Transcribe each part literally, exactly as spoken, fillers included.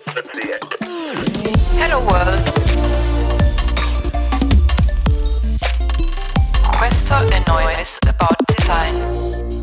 Hello world. Questo è Noise About Design.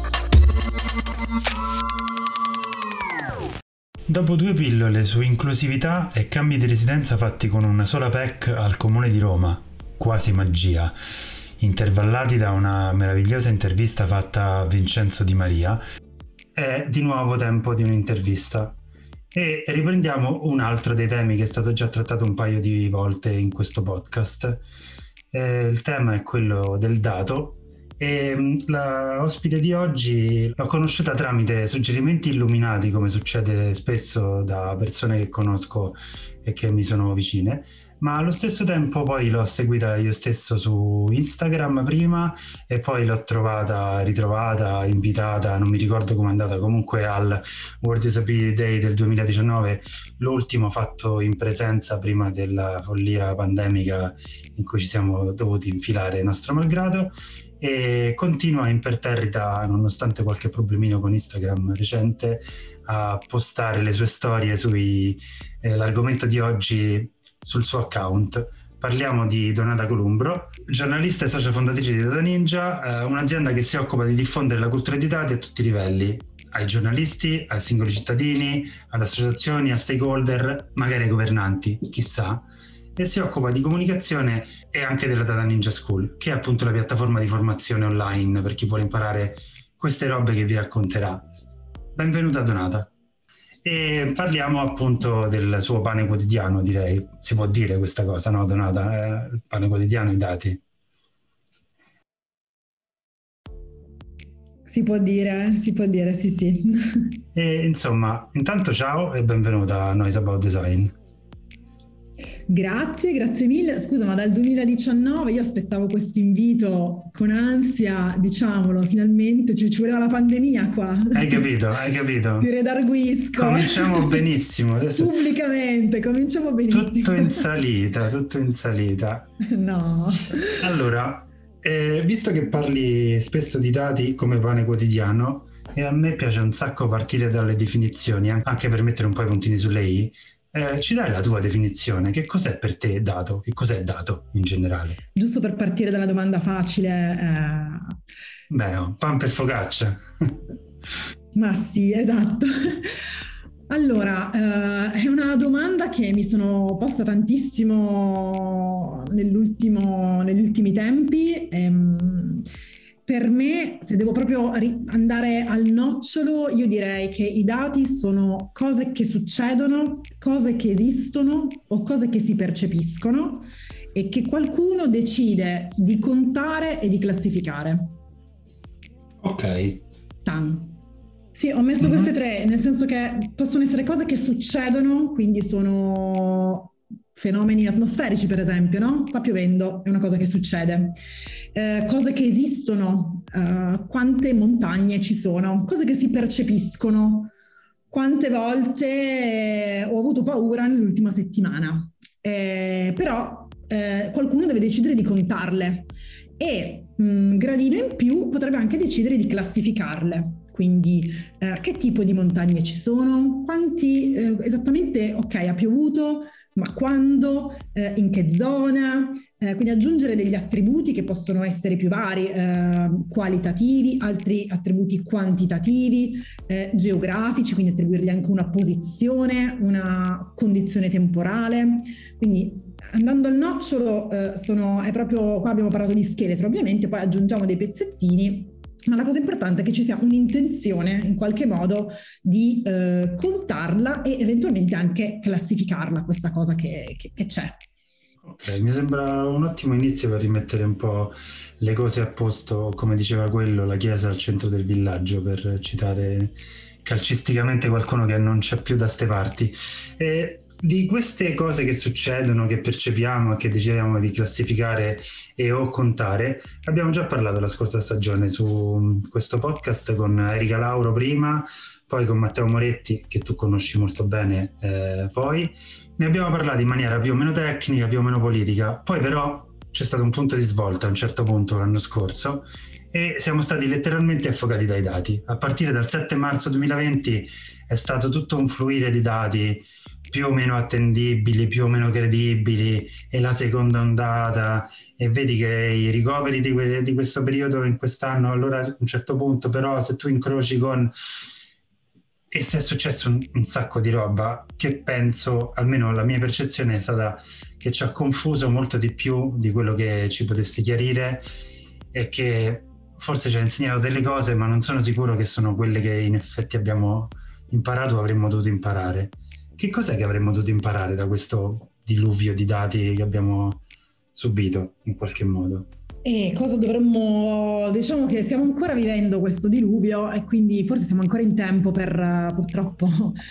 Dopo due pillole su inclusività e cambi di residenza fatti con una sola P E C al Comune di Roma, quasi magia, intervallati da una meravigliosa intervista fatta a Vincenzo Di Maria, è di nuovo tempo di un'intervista. E riprendiamo un altro dei temi che è stato già trattato un paio di volte in questo podcast. Eh, il tema è quello del dato e la ospite di oggi l'ho conosciuta tramite suggerimenti illuminati, come succede spesso da persone che conosco e che mi sono vicine, ma allo stesso tempo poi l'ho seguita io stesso su Instagram prima e poi l'ho trovata, ritrovata, invitata, non mi ricordo com'è andata, comunque al World Disability Day del duemiladiciannove, l'ultimo fatto in presenza prima della follia pandemica in cui ci siamo dovuti infilare nostro malgrado, e continua imperterrita, nonostante qualche problemino con Instagram recente, a postare le sue storie sui eh, l'argomento di oggi sul suo account. Parliamo di Donata Columbro, giornalista e socia fondatrice di Data Ninja, eh, un'azienda che si occupa di diffondere la cultura dei dati a tutti i livelli, ai giornalisti, ai singoli cittadini, ad associazioni, a stakeholder, magari ai governanti, chissà, e si occupa di comunicazione e anche della Data Ninja School, che è appunto la piattaforma di formazione online per chi vuole imparare queste robe che vi racconterà. Benvenuta Donata. E parliamo appunto del suo pane quotidiano, direi. Si può dire questa cosa, no Donata? Eh, il pane quotidiano, i dati. Si può dire, si può dire, sì sì. E insomma, intanto ciao e benvenuta a Noise About Design. Grazie, grazie mille. Scusa, ma dal duemiladiciannove io aspettavo questo invito con ansia, diciamolo, finalmente ci, ci voleva la pandemia qua. Hai capito, hai capito. Ti redarguisco. Cominciamo benissimo. Adesso pubblicamente, cominciamo benissimo. Tutto in salita, tutto in salita. No. Allora, eh, visto che parli spesso di dati come pane quotidiano, e a me piace un sacco partire dalle definizioni, anche per mettere un po' i puntini sulle i, Eh, ci dai la tua definizione? Che cos'è per te dato? Che cos'è dato in generale? Giusto per partire dalla domanda facile. Eh... Beh, oh, pan per focaccia. Ma sì, esatto. Allora, eh, è una domanda che mi sono posta tantissimo nell'ultimo, negli ultimi tempi. Ehm, Per me, se devo proprio andare al nocciolo, io direi che i dati sono cose che succedono, cose che esistono o cose che si percepiscono e che qualcuno decide di contare e di classificare. Ok. Tan. Sì, ho messo mm-hmm. queste tre, nel senso che possono essere cose che succedono, quindi sono fenomeni atmosferici, per esempio, no? Sta piovendo, è una cosa che succede. Eh, cose che esistono, eh, quante montagne ci sono, cose che si percepiscono, quante volte eh, ho avuto paura nell'ultima settimana. Eh, però eh, qualcuno deve decidere di contarle e mh, gradino in più potrebbe anche decidere di classificarle. Quindi eh, che tipo di montagne ci sono, quanti eh, esattamente, ok, ha piovuto, ma quando, eh, in che zona, eh, quindi aggiungere degli attributi che possono essere più vari, eh, qualitativi, altri attributi quantitativi, eh, geografici, quindi attribuirgli anche una posizione, una condizione temporale. Quindi andando al nocciolo, eh, sono, è proprio, qua abbiamo parlato di scheletro ovviamente, poi aggiungiamo dei pezzettini. Ma la cosa importante è che ci sia un'intenzione in qualche modo di eh, contarla e eventualmente anche classificarla, questa cosa che, che, che c'è. Ok, mi sembra un ottimo inizio per rimettere un po' le cose a posto, come diceva quello, la chiesa al centro del villaggio, per citare calcisticamente qualcuno che non c'è più da ste parti. E di queste cose che succedono, che percepiamo e che decidiamo di classificare e o contare, abbiamo già parlato la scorsa stagione su questo podcast con Erika Lauro prima, poi con Matteo Moretti, che tu conosci molto bene, eh, poi ne abbiamo parlato in maniera più o meno tecnica, più o meno politica, poi però c'è stato un punto di svolta a un certo punto l'anno scorso e siamo stati letteralmente affogati dai dati. A partire dal sette marzo duemilaventi è stato tutto un fluire di dati più o meno attendibili, più o meno credibili, e la seconda ondata, e vedi che i ricoveri di, que- di questo periodo in quest'anno, allora a un certo punto però se tu incroci con... E se è successo un, un sacco di roba che penso, almeno la mia percezione è stata che ci ha confuso molto di più di quello che ci potesse chiarire, e che forse ci ha insegnato delle cose, ma non sono sicuro che sono quelle che in effetti abbiamo imparato o avremmo dovuto imparare. Che cos'è che avremmo dovuto imparare da questo diluvio di dati che abbiamo subito in qualche modo? E cosa dovremmo, diciamo che stiamo ancora vivendo questo diluvio e quindi forse siamo ancora in tempo per, purtroppo,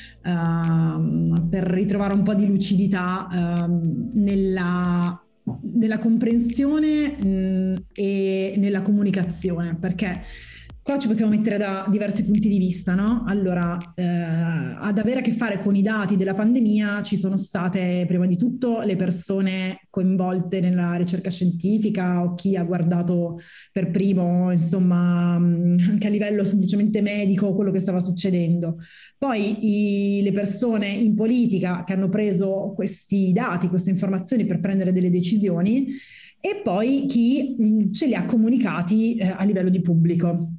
uh, per ritrovare un po' di lucidità uh, nella, nella comprensione mh, e nella comunicazione, perché qua ci possiamo mettere da diversi punti di vista, no? Allora, eh, ad avere a che fare con i dati della pandemia ci sono state prima di tutto le persone coinvolte nella ricerca scientifica o chi ha guardato per primo, insomma, anche a livello semplicemente medico quello che stava succedendo. Poi i, le persone in politica che hanno preso questi dati, queste informazioni per prendere delle decisioni, e poi chi ce li ha comunicati eh, a livello di pubblico.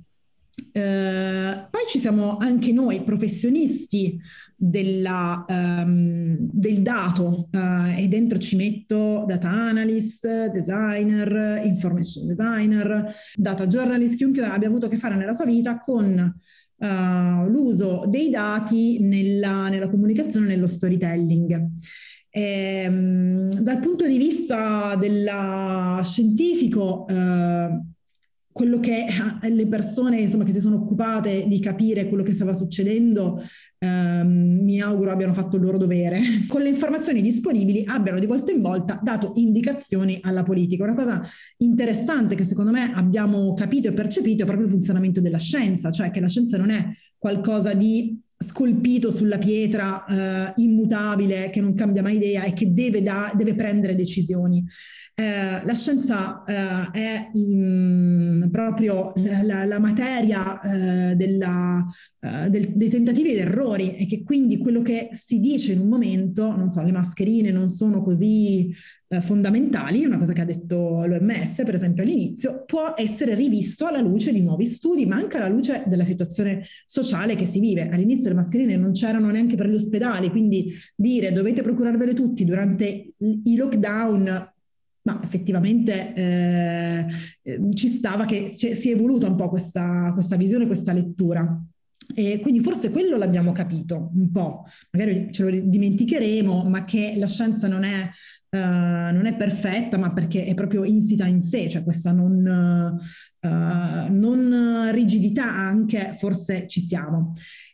Uh, poi ci siamo anche noi professionisti della, um, del dato uh, e dentro ci metto data analyst, designer, information designer, data journalist, chiunque abbia avuto a che fare nella sua vita con uh, l'uso dei dati nella, nella comunicazione, nello storytelling. E, um, dal punto di vista della scientifico, uh, quello che le persone, insomma, che si sono occupate di capire quello che stava succedendo, ehm, mi auguro abbiano fatto il loro dovere. Con le informazioni disponibili abbiano di volta in volta dato indicazioni alla politica. Una cosa interessante che secondo me abbiamo capito e percepito è proprio il funzionamento della scienza, cioè che la scienza non è qualcosa di scolpito sulla pietra, eh, immutabile, che non cambia mai idea e che deve, da, deve prendere decisioni. Eh, la scienza eh, è mh, proprio la, la materia eh, della, eh, del, dei tentativi ed errori, e che quindi quello che si dice in un momento, non so, le mascherine non sono così eh, fondamentali, una cosa che ha detto l'O M S per esempio all'inizio, può essere rivisto alla luce di nuovi studi, ma anche alla luce della situazione sociale che si vive. All'inizio le mascherine non c'erano neanche per gli ospedali, quindi dire dovete procurarvele tutti durante i lockdown, ma effettivamente eh, ci stava che c- si è evoluta un po' questa, questa visione, questa lettura. E quindi forse quello l'abbiamo capito un po', magari ce lo dimenticheremo, ma che la scienza non è, uh, non è perfetta, ma perché è proprio insita in sé, cioè questa non, uh, non rigidità anche, forse ci siamo.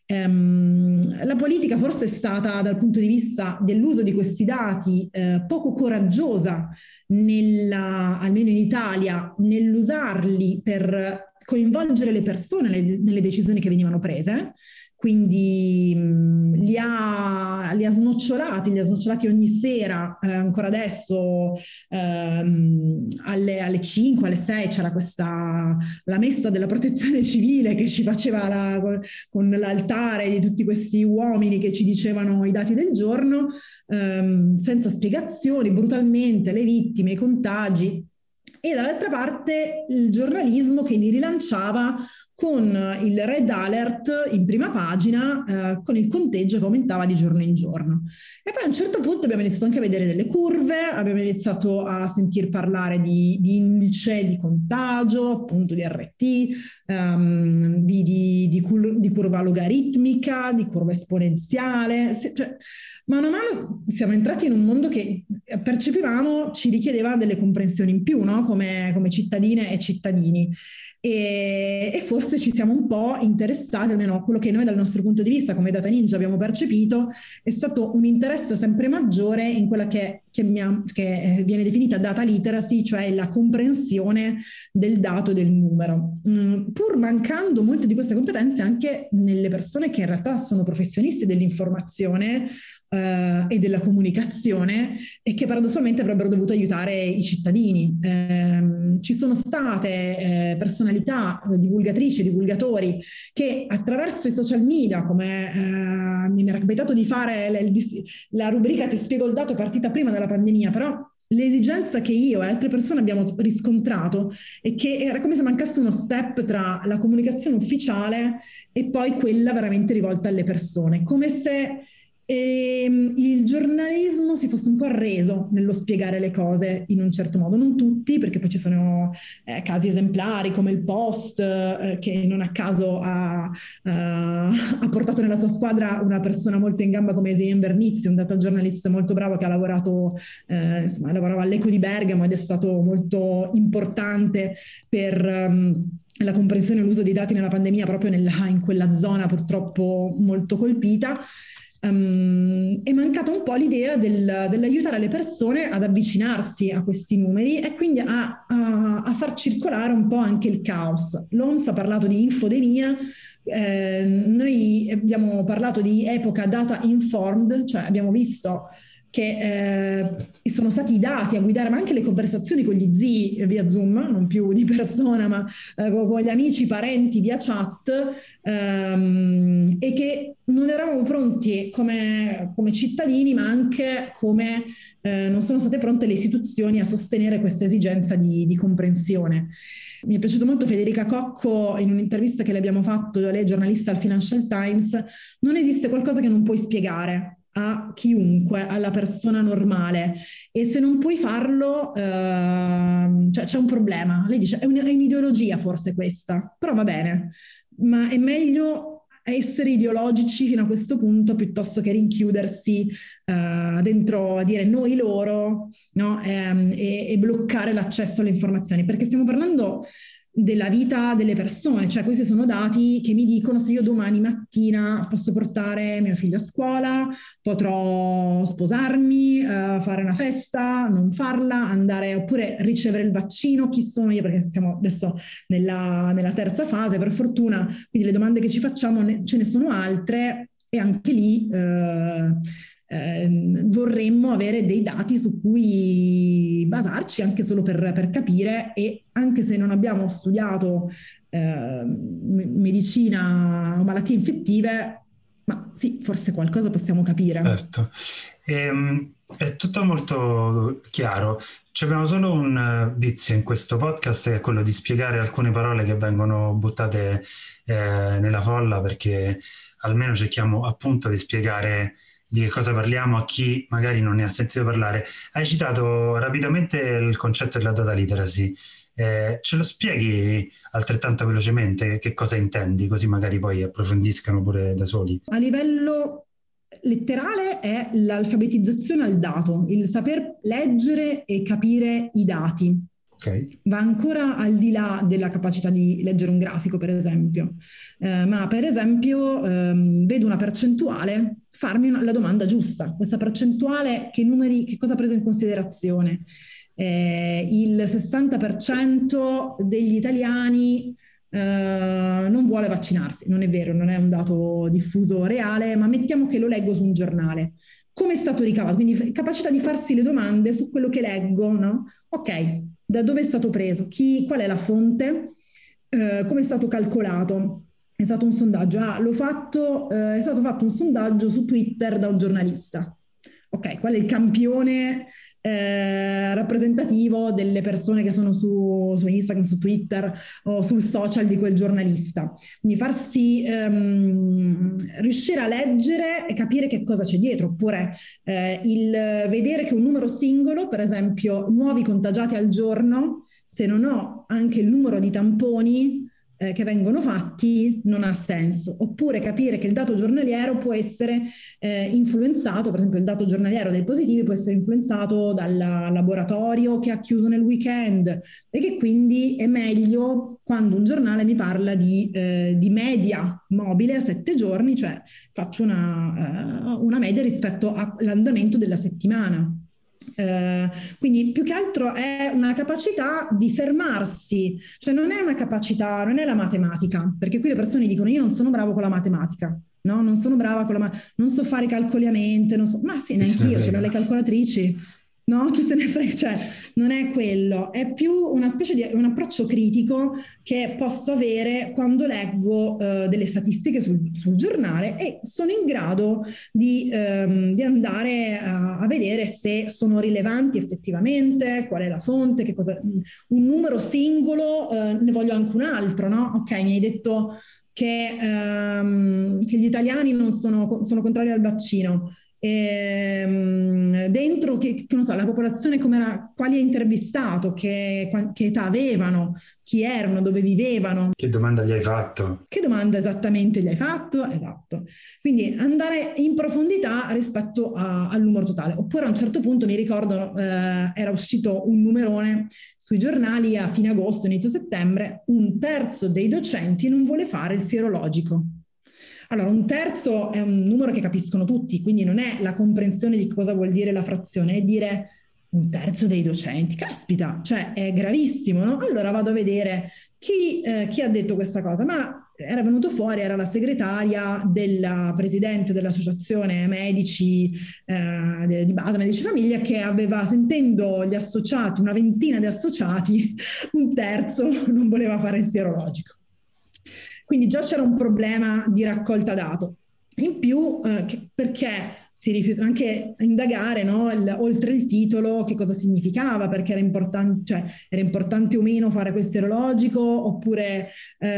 Um, la politica forse è stata, dal punto di vista dell'uso di questi dati, eh, poco coraggiosa, nella, almeno in Italia, nell'usarli per coinvolgere le persone nelle, nelle decisioni che venivano prese. Quindi mh, li, ha, li ha snocciolati, li ha snocciolati ogni sera, eh, ancora adesso ehm, alle, alle cinque, alle sei c'era questa, la messa della protezione civile che ci faceva la, con l'altare di tutti questi uomini che ci dicevano i dati del giorno, ehm, senza spiegazioni, brutalmente le vittime, i contagi. E dall'altra parte il giornalismo che li rilanciava con il red alert in prima pagina, eh, con il conteggio che aumentava di giorno in giorno. E poi a un certo punto abbiamo iniziato anche a vedere delle curve, abbiamo iniziato a sentir parlare di, di indice di contagio, appunto di R T, um, di, di, di, cur- di curva logaritmica, di curva esponenziale. Se, cioè, mano a mano siamo entrati in un mondo che percepivamo ci richiedeva delle comprensioni in più, no? Come, come cittadine e cittadini. E, e forse ci siamo un po' interessati, almeno quello che noi dal nostro punto di vista come Data Ninja abbiamo percepito, è stato un interesse sempre maggiore in quella che, chiamiamo, che viene definita data literacy, cioè la comprensione del dato e del numero, mm, pur mancando molte di queste competenze anche nelle persone che in realtà sono professionisti dell'informazione eh, e della comunicazione e che paradossalmente avrebbero dovuto aiutare i cittadini. Eh, ci sono state eh, personalità personalità, eh, divulgatrici, divulgatori, che attraverso i social media, come eh, mi era capitato di fare la, la rubrica Ti spiego il dato, è partita prima della pandemia, però l'esigenza che io e altre persone abbiamo riscontrato è che era come se mancasse uno step tra la comunicazione ufficiale e poi quella veramente rivolta alle persone, come se ehm, il giornalismo si fosse un po' arreso nello spiegare le cose in un certo modo, non tutti, perché poi ci sono eh, casi esemplari come il Post, eh, che non a caso ha, eh, ha portato nella sua squadra una persona molto in gamba come Ezequiel Vernizzi, un data giornalista molto bravo che ha lavorato, eh, insomma, lavorava all'Eco di Bergamo ed è stato molto importante per um, la comprensione e l'uso dei dati nella pandemia proprio nella, in quella zona purtroppo molto colpita. Um, è mancata un po' l'idea del, dell'aiutare le persone ad avvicinarsi a questi numeri e quindi a, a, a far circolare un po' anche il caos. L'O M S ha parlato di infodemia, eh, noi abbiamo parlato di epoca data informed, cioè abbiamo visto che eh, sono stati i dati a guidare, ma anche le conversazioni con gli zii via Zoom, non più di persona, ma eh, con gli amici, parenti via chat, ehm, e che non eravamo pronti come, come cittadini, ma anche come eh, non sono state pronte le istituzioni a sostenere questa esigenza di, di comprensione. Mi è piaciuto molto Federica Cocco in un'intervista che le abbiamo fatto, lei è giornalista al Financial Times: non esiste qualcosa che non puoi spiegare a chiunque, alla persona normale, e se non puoi farlo eh, cioè c'è un problema. Lei dice è, un, è un'ideologia forse questa, però va bene, ma è meglio essere ideologici fino a questo punto piuttosto che rinchiudersi eh, dentro a dire noi loro, no? e, e, e bloccare l'accesso alle informazioni, perché stiamo parlando della vita delle persone, cioè questi sono dati che mi dicono se io domani mattina posso portare mio figlio a scuola, potrò sposarmi, eh, fare una festa, non farla, andare oppure ricevere il vaccino, chi sono io, perché siamo adesso nella, nella terza fase per fortuna, quindi le domande che ci facciamo ne, ce ne sono altre e anche lì eh, Eh, vorremmo avere dei dati su cui basarci anche solo per, per capire, e anche se non abbiamo studiato eh, medicina o malattie infettive, ma sì, forse qualcosa possiamo capire. Certo, ehm, è tutto molto chiaro. Abbiamo solo un vizio in questo podcast, che è quello di spiegare alcune parole che vengono buttate eh, nella folla, perché almeno cerchiamo appunto di spiegare di che cosa parliamo a chi magari non ne ha sentito parlare. Hai citato rapidamente il concetto della data literacy, eh, ce lo spieghi altrettanto velocemente che cosa intendi, così magari poi approfondiscano pure da soli? A livello letterale è l'alfabetizzazione al dato, il saper leggere e capire i dati. Okay. Va ancora al di là della capacità di leggere un grafico, per esempio, eh, ma per esempio ehm, vedo una percentuale, farmi una, la domanda giusta, questa percentuale che numeri, che cosa ha preso in considerazione? Eh, il sessanta per cento degli italiani eh, non vuole vaccinarsi, non è vero, non è un dato diffuso reale, ma mettiamo che lo leggo su un giornale. Come è stato ricavato? Quindi capacità di farsi le domande su quello che leggo, no? Ok, da dove è stato preso? Chi, qual è la fonte? Eh, come è stato calcolato? È stato un sondaggio. Ah, l'ho fatto, eh, è stato fatto un sondaggio su Twitter da un giornalista. Ok, qual è il campione eh, rappresentativo delle persone che sono su, su Instagram, su Twitter o sul social di quel giornalista? Quindi farsi ehm, riuscire a leggere e capire che cosa c'è dietro, oppure eh, il vedere che un numero singolo, per esempio nuovi contagiati al giorno, se non ho anche il numero di tamponi Eh, che vengono fatti, non ha senso. Oppure capire che il dato giornaliero può essere eh, influenzato, per esempio il dato giornaliero dei positivi può essere influenzato dal laboratorio che ha chiuso nel weekend, e che quindi è meglio quando un giornale mi parla di, eh, di media mobile a sette giorni, cioè faccio una, uh, una media rispetto all'andamento della settimana. Uh, quindi più che altro è una capacità di fermarsi, cioè non è una capacità, non è la matematica, perché qui le persone dicono io non sono bravo con la matematica, no, non sono brava con la ma- non so fare i calcoli a mente, non so, ma sì, neanche io, ce l'ho le calcolatrici. No, chi se ne frega, cioè non è quello, è più una specie di un approccio critico che posso avere quando leggo eh, delle statistiche sul, sul giornale e sono in grado di, ehm, di andare a, a vedere se sono rilevanti effettivamente, qual è la fonte, che cosa, un numero singolo, eh, ne voglio anche un altro, no? Ok, mi hai detto che, ehm, che gli italiani non sono, sono contrari al vaccino. E, dentro che, che non so, la popolazione come era, quali hai intervistato, che, che età avevano, chi erano, dove vivevano. Che domanda gli hai fatto? Che domanda esattamente gli hai fatto? Esatto. Quindi andare in profondità rispetto a, al numero totale. Oppure a un certo punto mi ricordo eh, era uscito un numerone sui giornali a fine agosto, inizio settembre, un terzo dei docenti non vuole fare il sierologico. Allora, un terzo è un numero che capiscono tutti, quindi non è la comprensione di cosa vuol dire la frazione, è dire un terzo dei docenti. Caspita, cioè è gravissimo, no? Allora vado a vedere chi, eh, chi ha detto questa cosa, ma era venuto fuori, era la segretaria della presidente dell'associazione medici eh, di base, medici famiglia, che aveva, sentendo gli associati, una ventina di associati, un terzo non voleva fare il sierologico. Quindi già c'era un problema di raccolta dato. In più, eh, che, perché si rifiuta anche a indagare, no, il, oltre il titolo, che cosa significava, perché era importante, cioè, era importante o meno fare quel serologico, oppure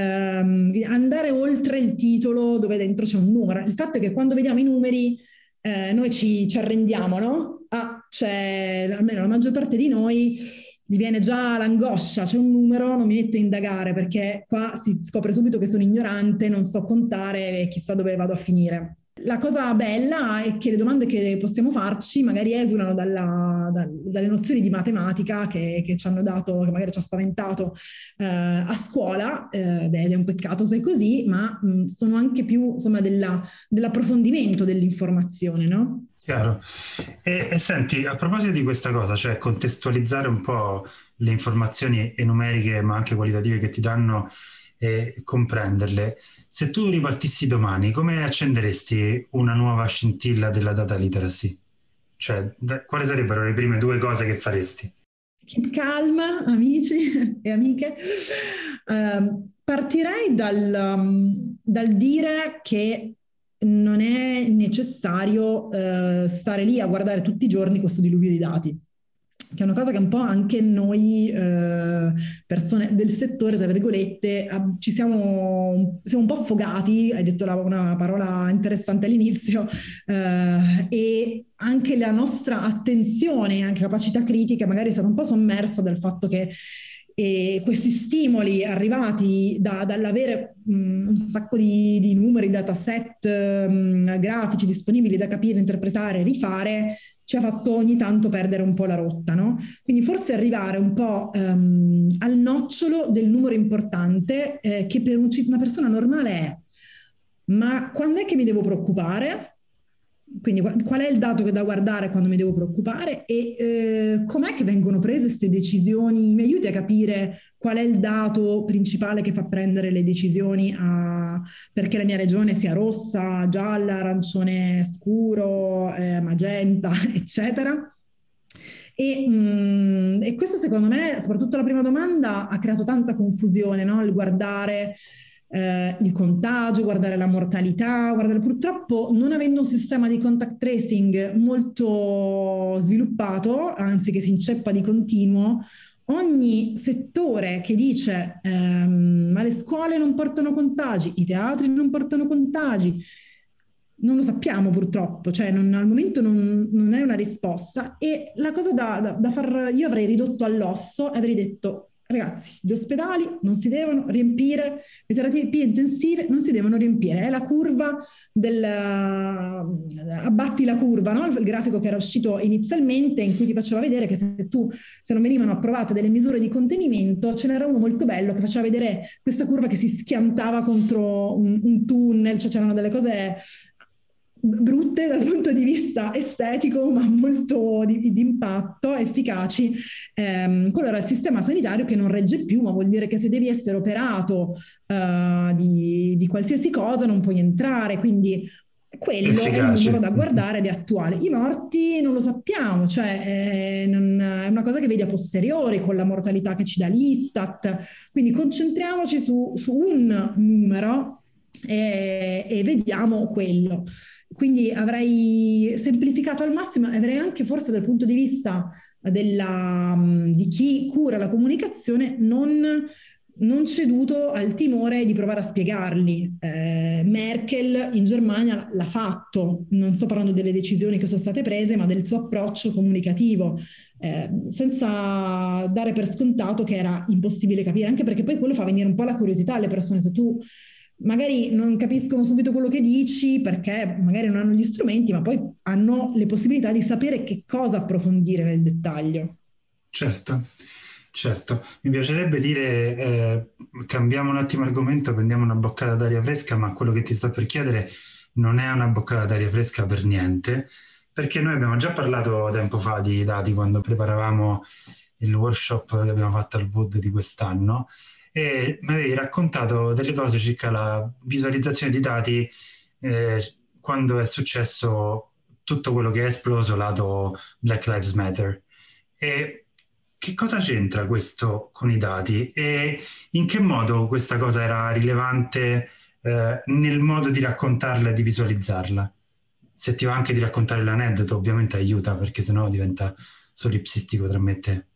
ehm, andare oltre il titolo dove dentro c'è un numero. Il fatto è che quando vediamo i numeri eh, noi ci, ci arrendiamo, no? Ah, c'è, almeno la maggior parte di noi gli viene già l'angoscia, c'è un numero, non mi metto a indagare perché qua si scopre subito che sono ignorante, non so contare e chissà dove vado a finire. La cosa bella è che le domande che possiamo farci magari esulano dalla, da, dalle nozioni di matematica che, che ci hanno dato, che magari ci ha spaventato eh, a scuola, eh, beh, ed è un peccato se è così, ma mh, sono anche più insomma della, dell'approfondimento dell'informazione, no? Chiaro. E, e senti, a proposito di questa cosa, cioè contestualizzare un po' le informazioni numeriche ma anche qualitative che ti danno e comprenderle, se tu ripartissi domani, come accenderesti una nuova scintilla della data literacy? Cioè, da, quali sarebbero le prime due cose che faresti? Keep calm, amici e amiche. Uh, partirei dal, um, dal dire che non è necessario eh, stare lì a guardare tutti i giorni questo diluvio di dati, che è una cosa che un po' anche noi eh, persone del settore, tra virgolette, ci siamo, siamo un po' affogati, hai detto la, una parola interessante all'inizio, eh, e anche la nostra attenzione, anche capacità critica magari è stata un po' sommersa dal fatto che e questi stimoli arrivati da, dall'avere mh, un sacco di, di numeri, dataset, mh, grafici disponibili da capire, interpretare, rifare, ci ha fatto ogni tanto perdere un po' la rotta, no? Quindi forse arrivare un po' um, al nocciolo del numero importante eh, che per un, una persona normale è: ma quando è che mi devo preoccupare? Quindi qual è il dato che da guardare quando mi devo preoccupare e eh, com'è che vengono prese queste decisioni? Mi aiuti a capire qual è il dato principale che fa prendere le decisioni a, perché la mia regione sia rossa, gialla, arancione scuro, eh, magenta, eccetera. E, mh, e questo secondo me, soprattutto la prima domanda, ha creato tanta confusione, no? Il guardare Eh, il contagio, guardare la mortalità, guardare purtroppo non avendo un sistema di contact tracing molto sviluppato, anzi che si inceppa di continuo, ogni settore che dice ehm, ma le scuole non portano contagi, i teatri non portano contagi, non lo sappiamo purtroppo, cioè non, al momento non, non è una risposta e la cosa da, da, da far, io avrei ridotto all'osso e avrei detto: ragazzi, gli ospedali non si devono riempire, le terapie intensive non si devono riempire. È la curva del uh, abbatti la curva, no? Il grafico che era uscito inizialmente in cui ti faceva vedere che se tu se non venivano approvate delle misure di contenimento, ce n'era uno molto bello che faceva vedere questa curva che si schiantava contro un, un tunnel, cioè c'erano delle cose brutte dal punto di vista estetico, ma molto di, di impatto, efficaci. Eh, quello era il sistema sanitario che non regge più, ma vuol dire che se devi essere operato uh, di, di qualsiasi cosa non puoi entrare, quindi quello è il efficaci. numero da guardare ed è attuale. I morti non lo sappiamo, cioè è, non- è una cosa che vedi a posteriori con la mortalità che ci dà l'Istat, quindi concentriamoci su, su un numero e, e vediamo quello. Quindi avrei semplificato al massimo, avrei anche forse dal punto di vista della, di chi cura la comunicazione non non ceduto al timore di provare a spiegarli. Eh, Merkel in Germania l'ha fatto, non sto parlando delle decisioni che sono state prese, ma del suo approccio comunicativo, eh, senza dare per scontato che era impossibile capire, anche perché poi quello fa venire un po' la curiosità alle persone. Se tu magari non capiscono subito quello che dici perché magari non hanno gli strumenti, ma poi hanno le possibilità di sapere che cosa approfondire nel dettaglio. Certo, certo. Mi piacerebbe dire, eh, cambiamo un attimo argomento, prendiamo una boccata d'aria fresca, ma quello che ti sto per chiedere non è una boccata d'aria fresca per niente, perché noi abbiamo già parlato tempo fa di dati quando preparavamo il workshop che abbiamo fatto al Wood di quest'anno e mi avevi raccontato delle cose circa la visualizzazione di dati eh, quando è successo tutto quello che è esploso lato Black Lives Matter. E che cosa c'entra questo con i dati e in che modo questa cosa era rilevante eh, nel modo di raccontarla e di visualizzarla? Se ti va anche di raccontare l'aneddoto, ovviamente aiuta, perché sennò diventa solipsistico tra me e te.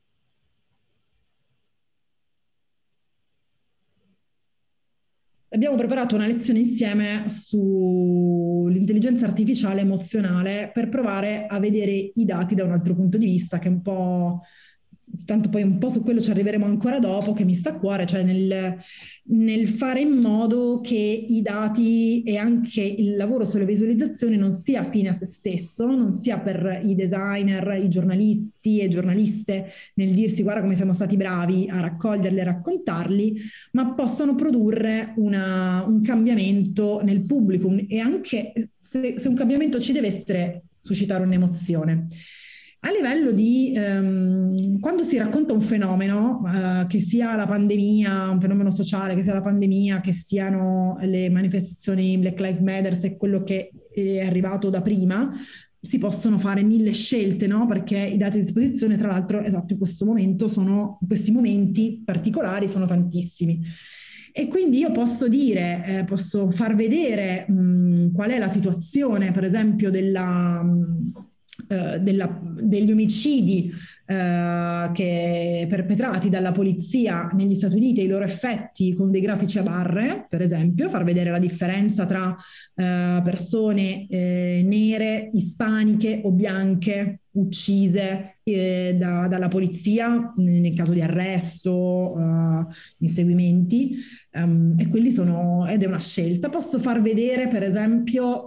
Abbiamo preparato una lezione insieme sull'intelligenza artificiale emozionale per provare a vedere i dati da un altro punto di vista, che è un po', tanto poi un po' su quello ci arriveremo ancora dopo, che mi sta a cuore, cioè nel, nel fare in modo che i dati e anche il lavoro sulle visualizzazioni non sia fine a se stesso, non sia per i designer, i giornalisti e giornaliste nel dirsi guarda come siamo stati bravi a raccoglierli e raccontarli, ma possano produrre una, un cambiamento nel pubblico un, e anche se, se un cambiamento ci deve essere, suscitare un'emozione. A livello di ehm, quando si racconta un fenomeno, eh, che sia la pandemia, un fenomeno sociale, che sia la pandemia, che siano le manifestazioni Black Lives Matter e quello che è arrivato da prima, si possono fare mille scelte, no? Perché i dati a disposizione, tra l'altro, esatto, in questo momento sono, in questi momenti particolari sono tantissimi. E quindi io posso dire, eh, posso far vedere mh, qual è la situazione, per esempio, della... Mh, eh, della, degli omicidi eh, che perpetrati dalla polizia negli Stati Uniti e i loro effetti con dei grafici a barre, per esempio, far vedere la differenza tra eh, persone eh, nere, ispaniche o bianche uccise eh, da, dalla polizia nel caso di arresto, uh, inseguimenti, um, e quelli sono, ed è una scelta. Posso far vedere, per esempio,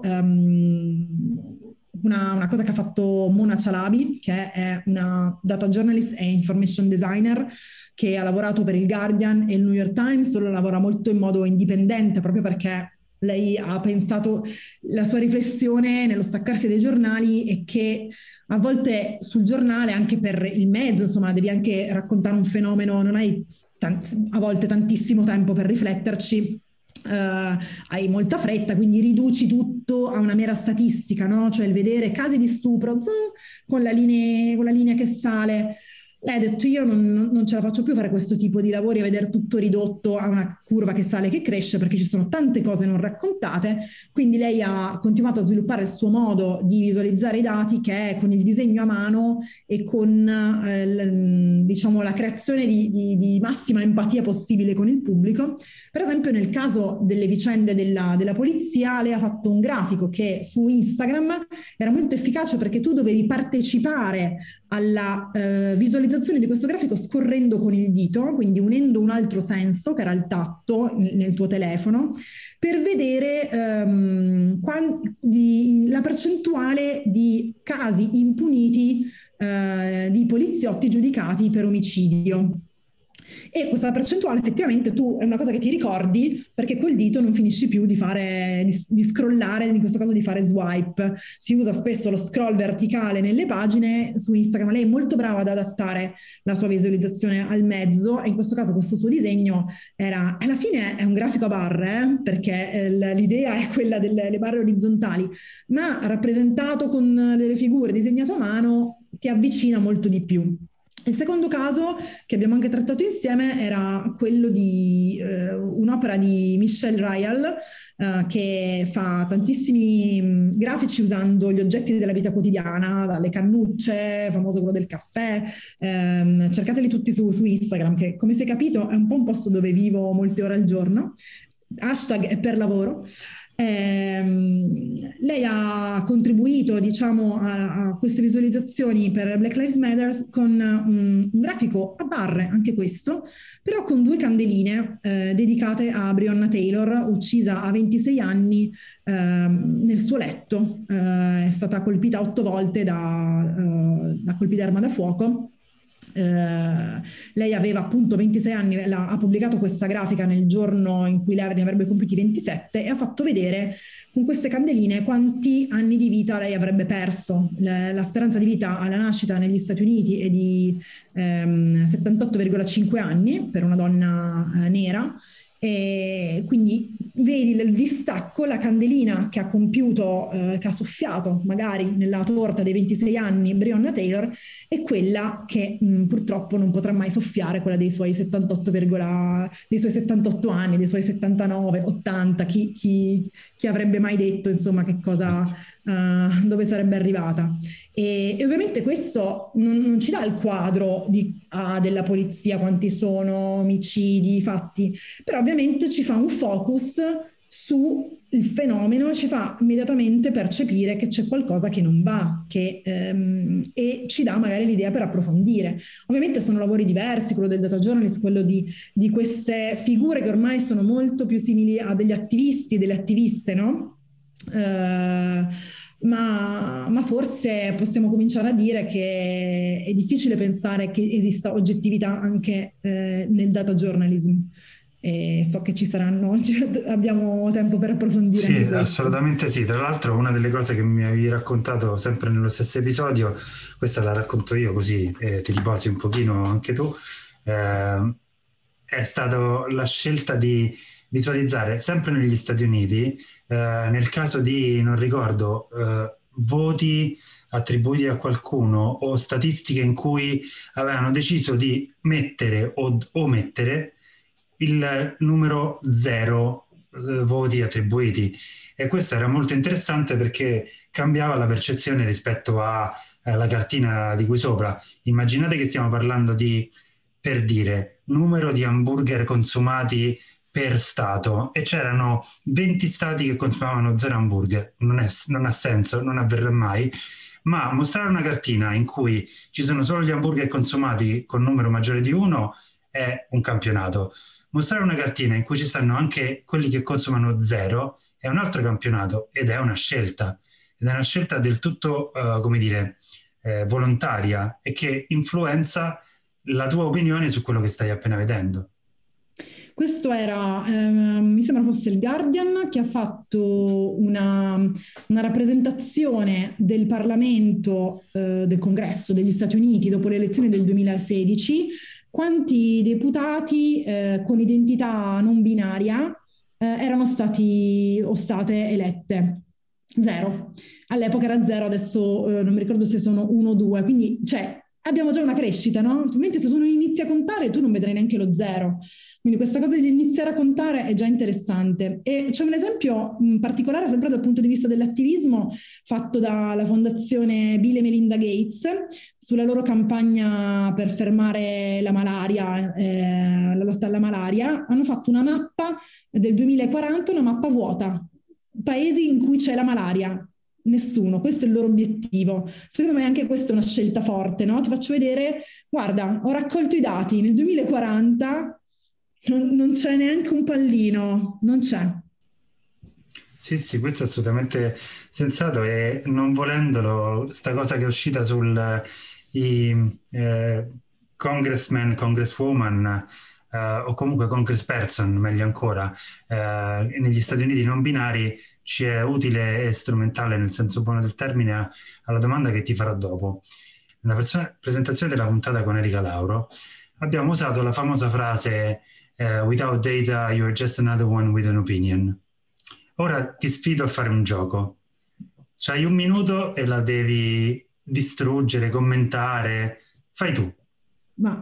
um, una, una cosa che ha fatto Mona Chalabi, che è una data journalist e information designer che ha lavorato per il Guardian e il New York Times, solo lavora molto in modo indipendente proprio perché lei ha pensato, la sua riflessione nello staccarsi dai giornali è che a volte sul giornale, anche per il mezzo, insomma, devi anche raccontare un fenomeno, non hai tant- a volte tantissimo tempo per rifletterci, Uh, hai molta fretta, quindi riduci tutto a una mera statistica, no? Cioè il vedere casi di stupro zzz, con la linea, con la linea che sale. Lei ha detto io non, non ce la faccio più fare questo tipo di lavori e vedere tutto ridotto a una curva che sale e che cresce perché ci sono tante cose non raccontate, quindi lei ha continuato a sviluppare il suo modo di visualizzare i dati che è con il disegno a mano e con eh, l, diciamo la creazione di, di, di massima empatia possibile con il pubblico. Per esempio nel caso delle vicende della, della polizia lei ha fatto un grafico che su Instagram era molto efficace perché tu dovevi partecipare alla eh, visualizzazione di questo grafico scorrendo con il dito, quindi unendo un altro senso che era il tatto nel, nel tuo telefono, per vedere ehm, di, la percentuale di casi impuniti eh, di poliziotti giudicati per omicidio. E questa percentuale effettivamente tu è una cosa che ti ricordi perché col dito non finisci più di fare, di, di scrollare, in questo caso di fare swipe. Si usa spesso lo scroll verticale nelle pagine su Instagram. Lei è molto brava ad adattare la sua visualizzazione al mezzo e in questo caso questo suo disegno era, alla fine è un grafico a barre, eh, perché eh, l'idea è quella delle barre orizzontali, ma rappresentato con delle figure, disegnato a mano, ti avvicina molto di più. Il secondo caso che abbiamo anche trattato insieme era quello di eh, un'opera di Michel Ryal eh, che fa tantissimi mh, grafici usando gli oggetti della vita quotidiana, dalle cannucce, famoso quello del caffè, ehm, cercateli tutti su, su Instagram che come si è capito è un po' un posto dove vivo molte ore al giorno. Hashtag è per lavoro. Eh, lei ha contribuito, diciamo, a, a queste visualizzazioni per Black Lives Matter con un, un grafico a barre, anche questo, però con due candeline eh, dedicate a Breonna Taylor, uccisa a ventisei anni eh, nel suo letto. Eh, è stata colpita otto volte da, uh, da colpi d'arma da fuoco. Uh, lei aveva appunto ventisei anni, la, ha pubblicato questa grafica nel giorno in cui lei ne avrebbe compiuti ventisette e ha fatto vedere con queste candeline quanti anni di vita lei avrebbe perso. La, la speranza di vita alla nascita negli Stati Uniti è di um, settantotto virgola cinque anni per una donna uh, nera. E quindi vedi il distacco, la candelina che ha compiuto, eh, che ha soffiato magari nella torta dei ventisei anni Breonna Taylor è quella che mh, purtroppo non potrà mai soffiare, quella dei suoi settantotto, dei suoi settantotto anni, dei suoi settantanove, ottanta, chi, chi, chi avrebbe mai detto insomma che cosa, uh, dove sarebbe arrivata. E, e ovviamente questo non, non ci dà il quadro di, ah, della polizia, quanti sono omicidi, fatti, però ovviamente ci fa un focus sul fenomeno, ci fa immediatamente percepire che c'è qualcosa che non va, che, ehm, e ci dà magari l'idea per approfondire. Ovviamente sono lavori diversi, quello del data journalist, quello di, di queste figure che ormai sono molto più simili a degli attivisti, delle attiviste, no? Eh, Ma, ma forse possiamo cominciare a dire che è difficile pensare che esista oggettività anche eh, nel data journalism. E so che ci saranno, cioè, abbiamo tempo per approfondire Sì, anche questo. assolutamente sì. Tra l'altro una delle cose che mi avevi raccontato sempre nello stesso episodio, questa la racconto io così eh, ti riposi un pochino anche tu, eh, è stata la scelta di visualizzare sempre negli Stati Uniti, eh, nel caso di, non ricordo, eh, voti attribuiti a qualcuno o statistiche in cui avevano deciso di mettere o omettere il numero zero eh, voti attribuiti, e questo era molto interessante perché cambiava la percezione rispetto alla cartina di qui sopra. Immaginate che stiamo parlando di, per dire, numero di hamburger consumati per stato e c'erano venti stati che consumavano zero hamburger. Non, è, non ha senso, non avverrà mai. Ma mostrare una cartina in cui ci sono solo gli hamburger consumati con numero maggiore di uno è un campionato. Mostrare una cartina in cui ci stanno anche quelli che consumano zero è un altro campionato, ed è una scelta, ed è una scelta del tutto, uh, come dire, eh, volontaria, e che influenza la tua opinione su quello che stai appena vedendo. Questo era, eh, mi sembra fosse il Guardian, che ha fatto una, una rappresentazione del Parlamento, eh, del Congresso degli Stati Uniti dopo le elezioni del duemilasedici, quanti deputati eh, con identità non binaria eh, erano stati o state elette. Zero. All'epoca era zero, adesso eh, non mi ricordo se sono uno o due, quindi cioè, abbiamo già una crescita, no? Mentre se tu non inizi a contare, tu non vedrai neanche lo zero. Quindi questa cosa di iniziare a contare è già interessante. E c'è un esempio in particolare, sempre dal punto di vista dell'attivismo, fatto dalla fondazione Bill e Melinda Gates, sulla loro campagna per fermare la malaria, eh, la lotta alla malaria. Hanno fatto una mappa del duemilaquaranta, una mappa vuota. Paesi in cui c'è la malaria. Nessuno, questo è il loro obiettivo. Secondo me anche questa è una scelta forte, no? Ti faccio vedere, guarda, ho raccolto i dati, nel duemilaquaranta non, non c'è neanche un pallino, non c'è. Sì, sì, questo è assolutamente sensato, e non volendolo, sta cosa che è uscita sul i, eh, congressman, congresswoman uh, o comunque congressperson, meglio ancora, uh, negli Stati Uniti non binari ci è utile e strumentale nel senso buono del termine alla domanda che ti farò dopo. Nella persona- presentazione della puntata con Erika Lauro abbiamo usato la famosa frase uh, without data you're just another one with an opinion. Ora ti sfido a fare un gioco. C'hai un minuto e la devi distruggere, commentare. Fai tu. Ma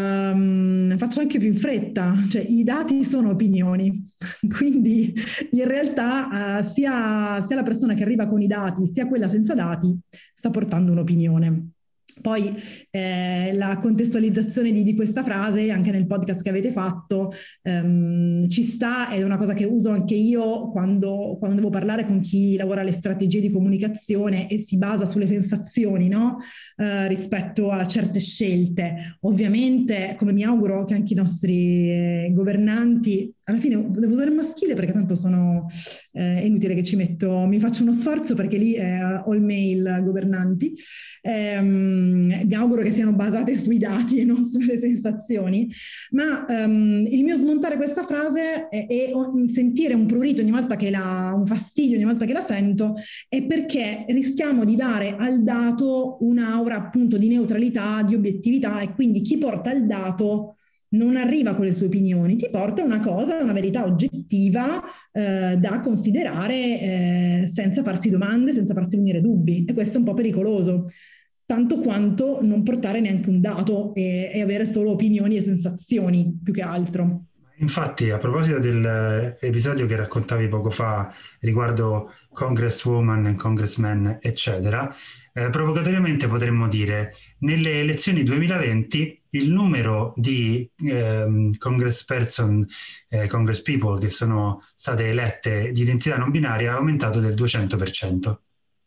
ehm, faccio anche più in fretta, cioè i dati sono opinioni, quindi in realtà eh, sia, sia la persona che arriva con i dati sia quella senza dati sta portando un'opinione. Poi eh, la contestualizzazione di, di questa frase anche nel podcast che avete fatto ehm, ci sta, è una cosa che uso anche io quando, quando devo parlare con chi lavora le strategie di comunicazione e si basa sulle sensazioni, no? Eh, rispetto a certe scelte. Ovviamente, come mi auguro che anche i nostri eh, governanti, alla fine devo usare il maschile perché tanto sono eh, è inutile che ci metto, mi faccio uno sforzo perché lì è all male governanti. Ehm, mi auguro che siano basate sui dati e non sulle sensazioni, ma um, il mio smontare questa frase e, e sentire un prurito ogni volta che la, un fastidio ogni volta che la sento è perché rischiamo di dare al dato un'aura appunto di neutralità, di obiettività, e quindi chi porta il dato non arriva con le sue opinioni, ti porta una cosa, una verità oggettiva eh, da considerare eh, senza farsi domande, senza farsi venire dubbi, e questo è un po' pericoloso. Tanto quanto non portare neanche un dato e, e avere solo opinioni e sensazioni più che altro. Infatti, a proposito dell'episodio che raccontavi poco fa riguardo congresswoman e congressman, eccetera, eh, provocatoriamente potremmo dire nelle elezioni duemilaventi il numero di eh, congressperson, eh, congresspeople che sono state elette di identità non binaria è aumentato del duecento per cento.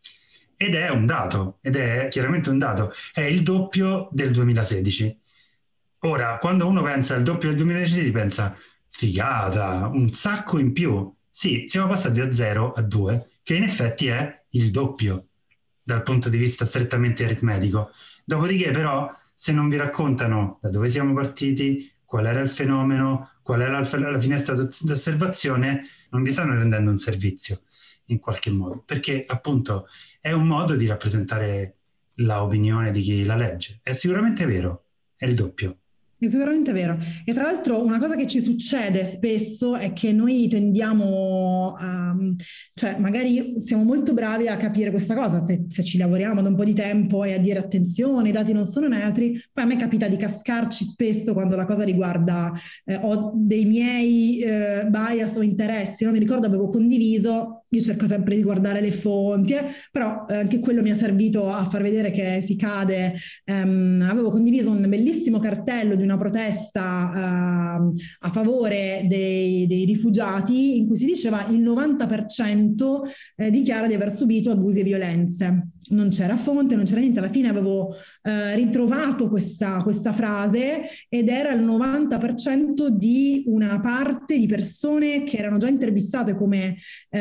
Ed è un dato, ed è chiaramente un dato, è il doppio del duemilasedici. Ora, quando uno pensa al doppio del duemilasedici, pensa, figata, un sacco in più. Sì, siamo passati da zero a due, che in effetti è il doppio, dal punto di vista strettamente aritmetico. Dopodiché, però, se non vi raccontano da dove siamo partiti, qual era il fenomeno, qual era la finestra d'osservazione, non vi stanno rendendo un servizio, in qualche modo. Perché, appunto, è un modo di rappresentare l'opinione di chi la legge. È sicuramente vero, è il doppio. È sicuramente vero. E tra l'altro una cosa che ci succede spesso è che noi tendiamo a, cioè magari siamo molto bravi a capire questa cosa se, se ci lavoriamo da un po' di tempo e a dire attenzione, i dati non sono neutri. Poi a me capita di cascarci spesso quando la cosa riguarda eh, ho dei miei eh, bias o interessi, no? Mi ricordo avevo condiviso, io cerco sempre di guardare le fonti, eh, però eh, anche quello mi ha servito a far vedere che si cade. Um, avevo condiviso un bellissimo cartello di una protesta uh, a favore dei, dei rifugiati in cui si diceva il novanta per cento eh, dichiara di aver subito abusi e violenze. Non c'era fonte, non c'era niente, alla fine avevo eh, ritrovato questa, questa frase ed era il novanta per cento di una parte di persone che erano già intervistate come,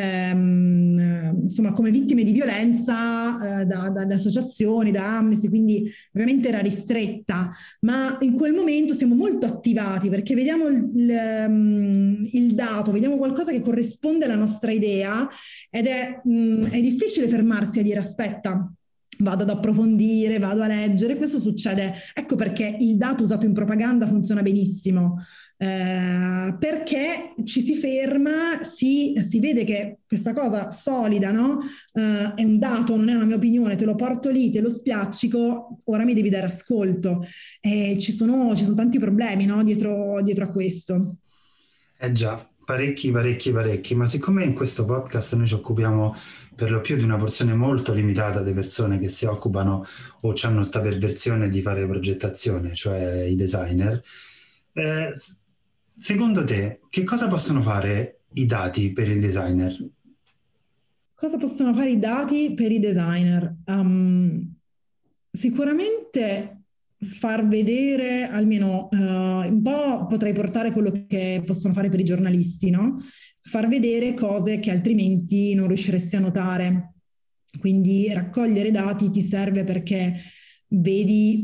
ehm, insomma, come vittime di violenza eh, da, dalle associazioni, da Amnesty, quindi ovviamente era ristretta, ma in quel momento siamo molto attivati perché vediamo il, il, il dato, vediamo qualcosa che corrisponde alla nostra idea ed è, mh, è difficile fermarsi a dire aspetta, vado ad approfondire, vado a leggere. Questo succede, ecco perché il dato usato in propaganda funziona benissimo, eh, perché ci si ferma, si, si vede che questa cosa solida, no? Eh, è un dato, non è una mia opinione, te lo porto lì, te lo spiaccico, ora mi devi dare ascolto. E ci sono, ci sono tanti problemi, no? dietro, dietro a questo. Eh già. Parecchi, parecchi, parecchi, ma siccome in questo podcast noi ci occupiamo per lo più di una porzione molto limitata di persone che si occupano o hanno sta perversione di fare progettazione, cioè i designer, eh, secondo te che cosa possono fare i dati per il designer? Cosa possono fare i dati per i designer? Um, sicuramente far vedere, almeno uh, un po' potrei portare quello che possono fare per i giornalisti, no? Far vedere cose che altrimenti non riusciresti a notare. Quindi raccogliere dati ti serve perché vedi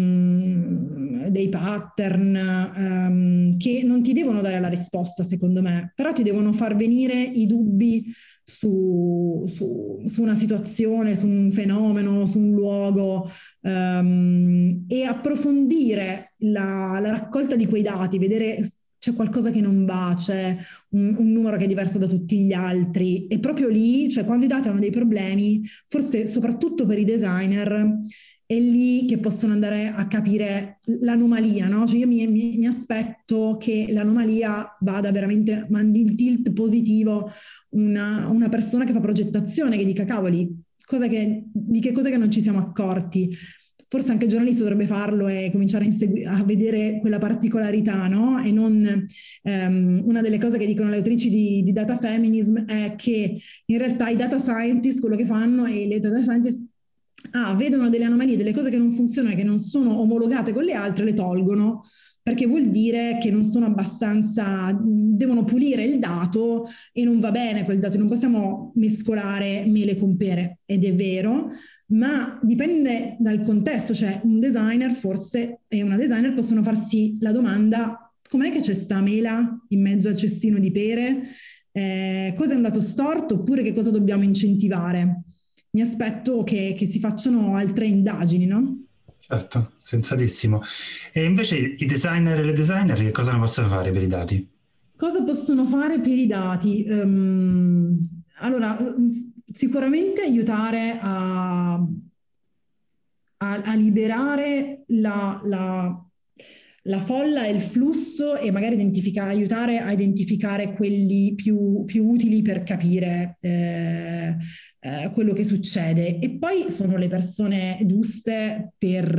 mh, dei pattern um, che non ti devono dare la risposta, secondo me, però ti devono far venire i dubbi su, su, su una situazione, su un fenomeno, su un luogo, um, e approfondire la, la raccolta di quei dati, vedere c'è qualcosa che non va, c'è un, un numero che è diverso da tutti gli altri, e proprio lì, cioè quando i dati hanno dei problemi, forse soprattutto per i designer, è lì che possono andare a capire l'anomalia, no? Cioè io mi, mi, mi aspetto che l'anomalia vada veramente, mandi il tilt positivo una, una persona che fa progettazione, che dica cavoli, cosa che, di che cosa che non ci siamo accorti. Forse anche il giornalista dovrebbe farlo e cominciare a, insegui- a vedere quella particolarità, no? E non um, una delle cose che dicono le autrici di, di data feminism è che in realtà i data scientist quello che fanno, e le data scientist ah, vedono delle anomalie, delle cose che non funzionano e che non sono omologate con le altre, le tolgono, perché vuol dire che non sono abbastanza, devono pulire il dato e non va bene quel dato, non possiamo mescolare mele con pere, ed è vero, ma dipende dal contesto, cioè un designer forse e una designer possono farsi la domanda: com'è che c'è sta mela in mezzo al cestino di pere? Eh, cosa è andato storto, oppure che cosa dobbiamo incentivare? Mi aspetto che, che si facciano altre indagini, no? Certo, sensatissimo. E invece i designer e le designer che cosa ne possono fare per i dati? Cosa possono fare per i dati? Um, allora, sicuramente aiutare a, a, a liberare la, la, la folla e il flusso, e magari identificare, aiutare a identificare quelli più, più utili per capire eh, eh, quello che succede. E poi sono le persone giuste per,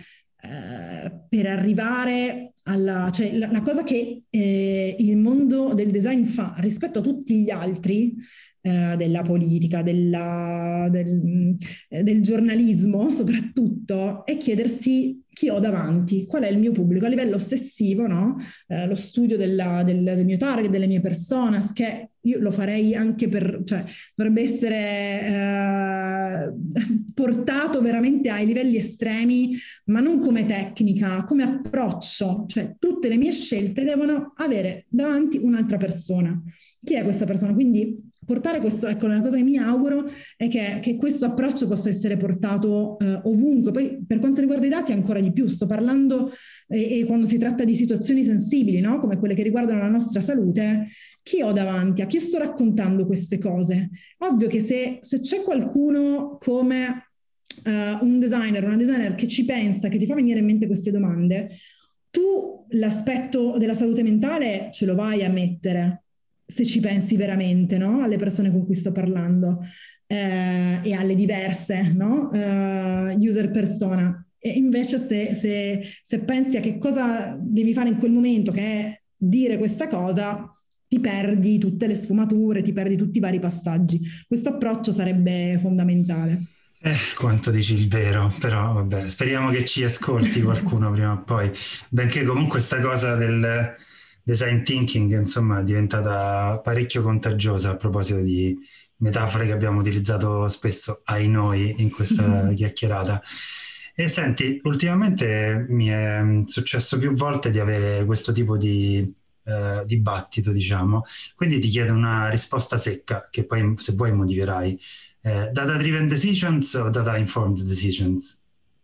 eh, per arrivare alla... Cioè, la, la cosa che eh, il mondo del design fa rispetto a tutti gli altri, eh, della politica, della, del, eh, del giornalismo soprattutto, è chiedersi chi ho davanti, qual è il mio pubblico a livello ossessivo, no? Eh, lo studio della, del, del mio target, delle mie personas, che io lo farei anche per, cioè dovrebbe essere eh, portato veramente ai livelli estremi, ma non come tecnica, come approccio, cioè tutte le mie scelte devono avere davanti un'altra persona. Chi è questa persona? Quindi portare questo, ecco, la cosa che mi auguro è che, che questo approccio possa essere portato eh, ovunque. Poi per quanto riguarda i dati ancora di più, sto parlando eh, e quando si tratta di situazioni sensibili, no? Come quelle che riguardano la nostra salute, chi ho davanti? A chi sto raccontando queste cose? Ovvio che se, se c'è qualcuno come uh, un designer, una designer che ci pensa, che ti fa venire in mente queste domande, tu l'aspetto della salute mentale ce lo vai a mettere, se ci pensi veramente, no? Alle persone con cui sto parlando eh, e alle diverse, no? Uh, user persona. E invece se, se, se pensi a che cosa devi fare in quel momento, che è dire questa cosa, ti perdi tutte le sfumature, ti perdi tutti i vari passaggi. Questo approccio sarebbe fondamentale. Eh, quanto dici il vero, però vabbè, speriamo che ci ascolti qualcuno prima o poi, benché comunque sta cosa del design thinking, insomma, è diventata parecchio contagiosa a proposito di metafore che abbiamo utilizzato spesso, ai noi, in questa chiacchierata. E senti, ultimamente mi è successo più volte di avere questo tipo di eh, dibattito, diciamo, quindi ti chiedo una risposta secca, che poi se vuoi motiverai. Eh, data-driven decisions o data-informed decisions?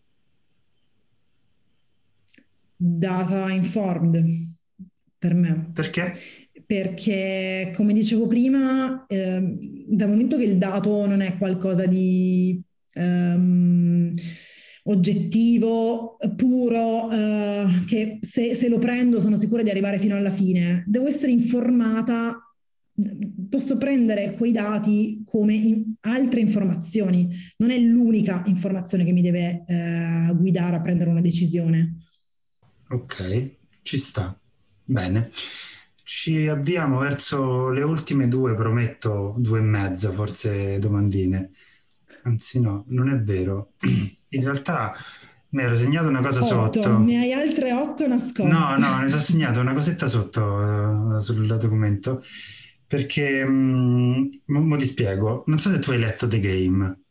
Data-informed. Per me. Perché? Perché, come dicevo prima, eh, dal momento che il dato non è qualcosa di ehm, oggettivo, puro, eh, che se, se lo prendo sono sicura di arrivare fino alla fine, devo essere informata, posso prendere quei dati come in altre informazioni, non è l'unica informazione che mi deve eh, guidare a prendere una decisione. Ok, ci sta. Bene, ci avviamo verso le ultime due, prometto due e mezza, forse domandine. Anzi no, non è vero. In realtà mi ero segnato una cosa otto. sotto. Ne hai altre otto nascoste? No, no, ne sono segnato una cosetta sotto uh, sul documento, perché, um, mo ti spiego, non so se tu hai letto The Game.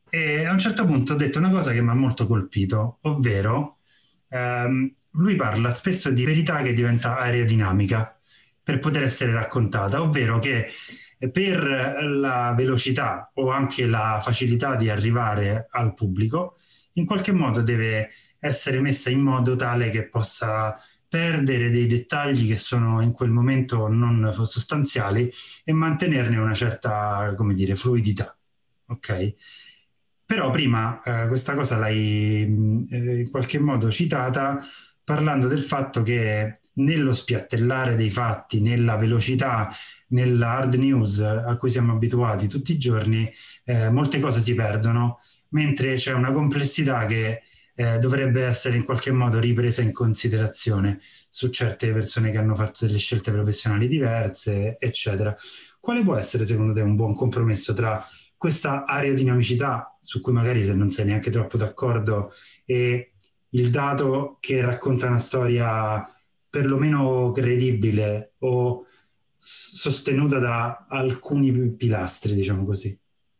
E a un certo punto ho detto una cosa che mi ha molto colpito, ovvero ehm, lui parla spesso di verità che diventa aerodinamica per poter essere raccontata, ovvero che per la velocità o anche la facilità di arrivare al pubblico, in qualche modo deve essere messa in modo tale che possa perdere dei dettagli che sono in quel momento non sostanziali e mantenerne una certa, come dire, fluidità. Ok? Però prima eh, questa cosa l'hai mh, eh, in qualche modo citata parlando del fatto che nello spiattellare dei fatti, nella velocità, nella hard news a cui siamo abituati tutti i giorni, eh, molte cose si perdono, mentre c'è una complessità che eh, dovrebbe essere in qualche modo ripresa in considerazione su certe persone che hanno fatto delle scelte professionali diverse, eccetera. Quale può essere secondo te un buon compromesso tra questa aerodinamicità, su cui magari se non sei neanche troppo d'accordo, e il dato che racconta una storia perlomeno credibile o s- sostenuta da alcuni pilastri, diciamo così?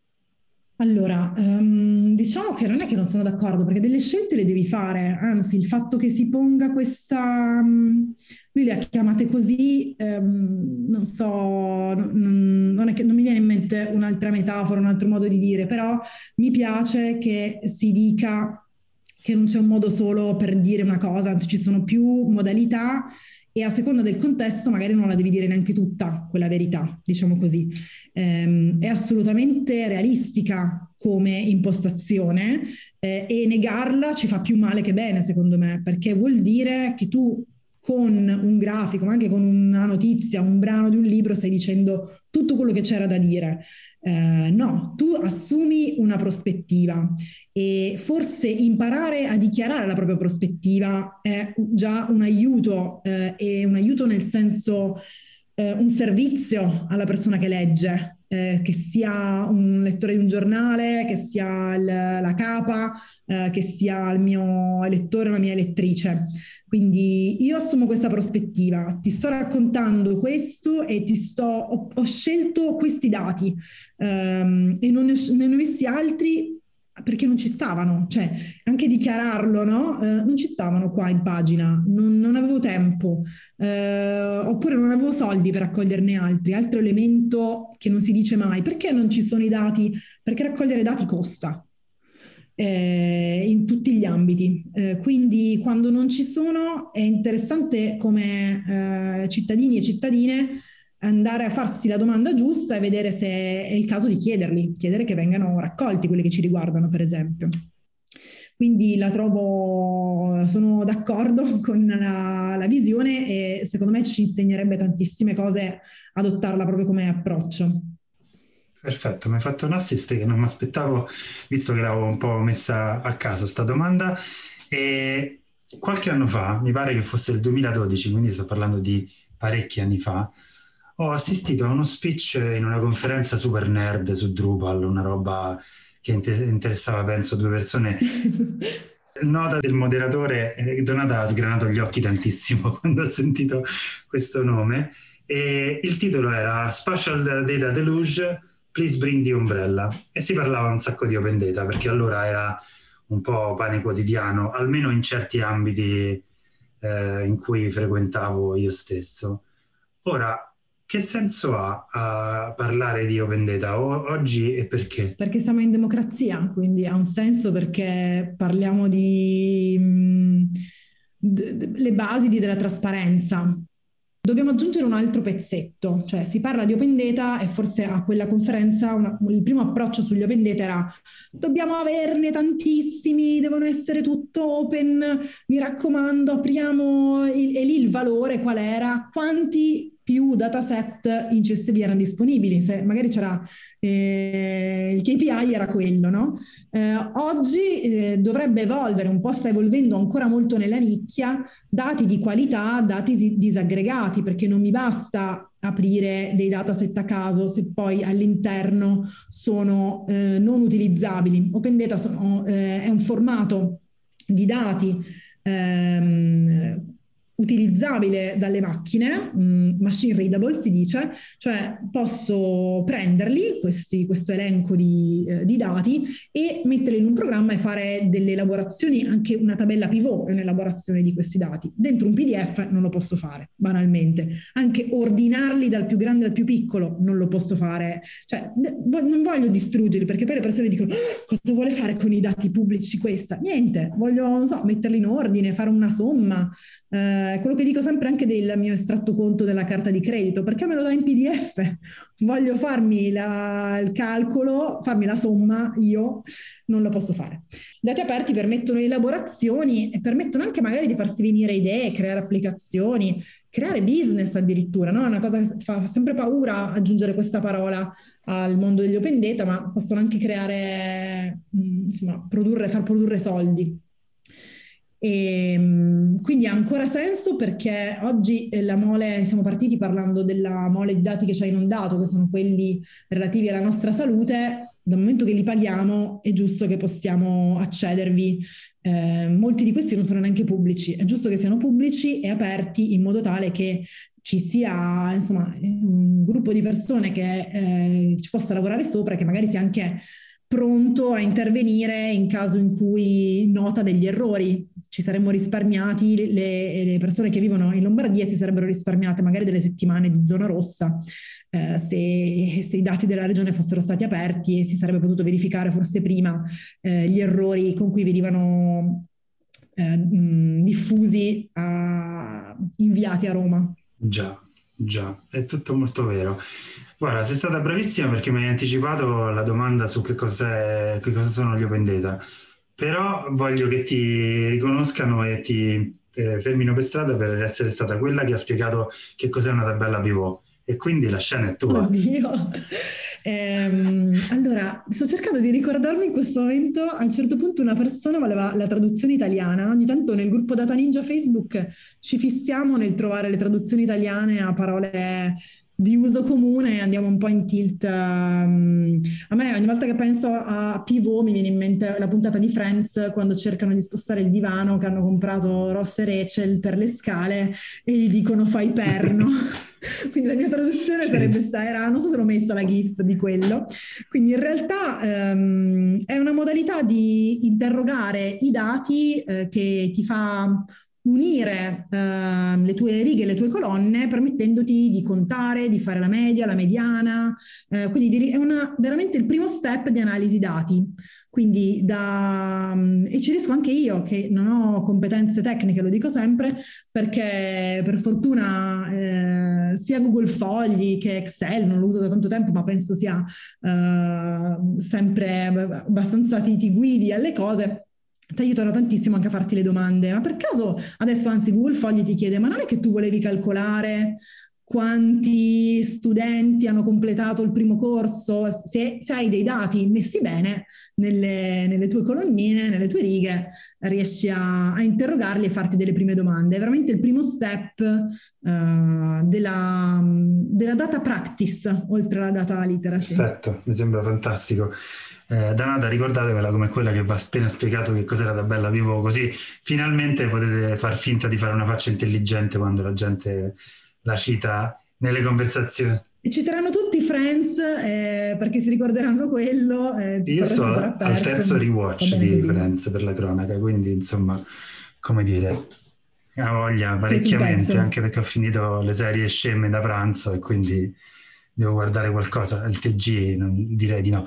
Allora, ehm, diciamo che non è che non sono d'accordo, perché delle scelte le devi fare, anzi il fatto che si ponga questa, mm, lui le ha chiamate così, ehm, non so, non, non è che non mi viene in mente un'altra metafora, un altro modo di dire, però mi piace che si dica che non c'è un modo solo per dire una cosa, anzi ci sono più modalità e a seconda del contesto magari non la devi dire neanche tutta quella verità, diciamo così. Ehm, è assolutamente realistica come impostazione eh, e negarla ci fa più male che bene, secondo me, perché vuol dire che tu con un grafico, ma anche con una notizia, un brano di un libro, stai dicendo tutto quello che c'era da dire. Eh, no, tu assumi una prospettiva e forse imparare a dichiarare la propria prospettiva è già un aiuto, eh, e un aiuto nel senso eh, un servizio alla persona che legge, eh, che sia un lettore di un giornale, che sia il, la capa, eh, che sia il mio elettore o la mia elettrice. Quindi io assumo questa prospettiva, ti sto raccontando questo e ti sto, ho, ho scelto questi dati ehm, e non ne, ne ho messi altri perché non ci stavano, cioè anche dichiararlo, no? Eh, non ci stavano qua in pagina, non, non avevo tempo, eh, oppure non avevo soldi per raccoglierne altri, altro elemento che non si dice mai. Perché non ci sono i dati? Perché raccogliere dati costa. Eh, in tutti gli ambiti. Eh, quindi quando non ci sono è interessante come eh, cittadini e cittadine andare a farsi la domanda giusta e vedere se è il caso di chiederli, chiedere che vengano raccolti quelli che ci riguardano, per esempio. Quindi la trovo, sono d'accordo con la, la visione e secondo me ci insegnerebbe tantissime cose adottarla proprio come approccio. Perfetto, mi hai fatto un assist che non mi aspettavo, visto che l'avevo un po' messa a caso sta domanda. E qualche anno fa, mi pare che fosse il duemiladodici, quindi sto parlando di parecchi anni fa, ho assistito a uno speech in una conferenza super nerd su Drupal, una roba che inter- interessava, penso, due persone. Nota del moderatore, eh, Donata ha sgranato gli occhi tantissimo quando ha sentito questo nome. E il titolo era Spatial Data Deluge, Please Bring the Umbrella. E si parlava un sacco di open data, perché allora era un po' pane quotidiano, almeno in certi ambiti eh, in cui frequentavo io stesso. Ora, che senso ha a parlare di open data o- oggi e perché? Perché siamo in democrazia, quindi ha un senso perché parliamo di mh, d- d- le basi di- della trasparenza. Dobbiamo aggiungere un altro pezzetto, cioè si parla di open data e forse a quella conferenza una- il primo approccio sugli open data era dobbiamo averne tantissimi, devono essere tutto open, mi raccomando, apriamo il- e lì il valore qual era? Quanti più dataset in C S V erano disponibili? Se magari c'era eh, il K P I era quello, no? Eh, oggi eh, dovrebbe evolvere, un po' sta evolvendo ancora molto nella nicchia, dati di qualità, dati disaggregati, perché non mi basta aprire dei dataset a caso se poi all'interno sono eh, non utilizzabili. Open data sono, eh, è un formato di dati ehm, utilizzabile dalle macchine, mh, machine readable si dice, cioè posso prenderli, questi, questo elenco di, eh, di dati, e metterli in un programma e fare delle elaborazioni, anche una tabella pivot è un'elaborazione di questi dati. Dentro un P D F non lo posso fare, banalmente. Anche ordinarli dal più grande al più piccolo non lo posso fare. Cioè, non voglio distruggerli, perché poi le persone dicono: "Oh, cosa vuole fare con i dati pubblici questa?" Niente, voglio, non so, metterli in ordine, fare una somma. Eh, quello che dico sempre anche del mio estratto conto della carta di credito, perché me lo dà in P D F? Voglio farmi la, il calcolo, farmi la somma, io non lo posso fare. I dati aperti permettono elaborazioni e permettono anche magari di farsi venire idee, creare applicazioni, creare business addirittura, no? È una cosa che fa sempre paura aggiungere questa parola al mondo degli open data, ma possono anche creare, insomma, produrre, far produrre soldi. E quindi ha ancora senso, perché oggi la mole, siamo partiti parlando della mole di dati che ci ha inondato, che sono quelli relativi alla nostra salute. Dal momento che li paghiamo è giusto che possiamo accedervi. Eh, molti di questi non sono neanche pubblici, è giusto che siano pubblici e aperti, in modo tale che ci sia, insomma, un gruppo di persone che eh, ci possa lavorare sopra, che magari sia anche pronto a intervenire in caso in cui nota degli errori. Ci saremmo risparmiati, le, le persone che vivono in Lombardia si sarebbero risparmiate magari delle settimane di zona rossa, eh, se, se i dati della regione fossero stati aperti, e si sarebbe potuto verificare forse prima eh, gli errori con cui venivano eh, mh, diffusi, a, inviati a Roma. Già, già, è tutto molto vero. Guarda, sei stata bravissima, perché mi hai anticipato la domanda su che cos'è, che cosa sono gli open data, però voglio che ti riconoscano e ti eh, fermino per strada per essere stata quella che ha spiegato che cos'è una tabella pivot, e quindi la scena è tua. Oddio. Ehm, allora, sto cercando di ricordarmi in questo momento. A un certo punto una persona voleva la traduzione italiana. Ogni tanto nel gruppo Data Ninja Facebook ci fissiamo nel trovare le traduzioni italiane a parole di uso comune e andiamo un po' in tilt. Um, a me ogni volta che penso a pivot mi viene in mente la puntata di Friends, quando cercano di spostare il divano che hanno comprato Ross e Rachel per le scale e gli dicono fai per, no? Quindi la mia traduzione sarebbe stata, era, non so se l'ho messa la gif di quello. Quindi in realtà um, è una modalità di interrogare i dati eh, che ti fa unire eh, le tue righe e le tue colonne, permettendoti di contare, di fare la media, la mediana, eh, quindi di, è una, veramente il primo step di analisi dati. Quindi da, e ci riesco anche io, che non ho competenze tecniche, lo dico sempre, perché per fortuna eh, sia Google Fogli che Excel, non lo uso da tanto tempo, ma penso sia eh, sempre abbastanza ti, ti guidi alle cose, ti aiutano tantissimo anche a farti le domande. Ma per caso adesso, anzi, Google Fogli ti chiede: ma non è che tu volevi calcolare quanti studenti hanno completato il primo corso? Se, se hai dei dati messi bene nelle, nelle tue colonnine, nelle tue righe, riesci a, a interrogarli e farti delle prime domande. È veramente il primo step uh, della, della data practice, oltre alla data literacy. Perfetto, mi sembra fantastico. Eh, Danata, ricordatevela come quella che vi ha appena spiegato che cos'era tabella pivot, così finalmente potete far finta di fare una faccia intelligente quando la gente la cita nelle conversazioni. E citeranno tutti Friends eh, perché si ricorderanno quello. Eh, Io sono al terzo rewatch di così. Friends, per la cronaca, quindi insomma, come dire, ha voglia parecchiamente, anche perché ho finito le serie sceme da pranzo e quindi devo guardare qualcosa. Il T G non, direi di no.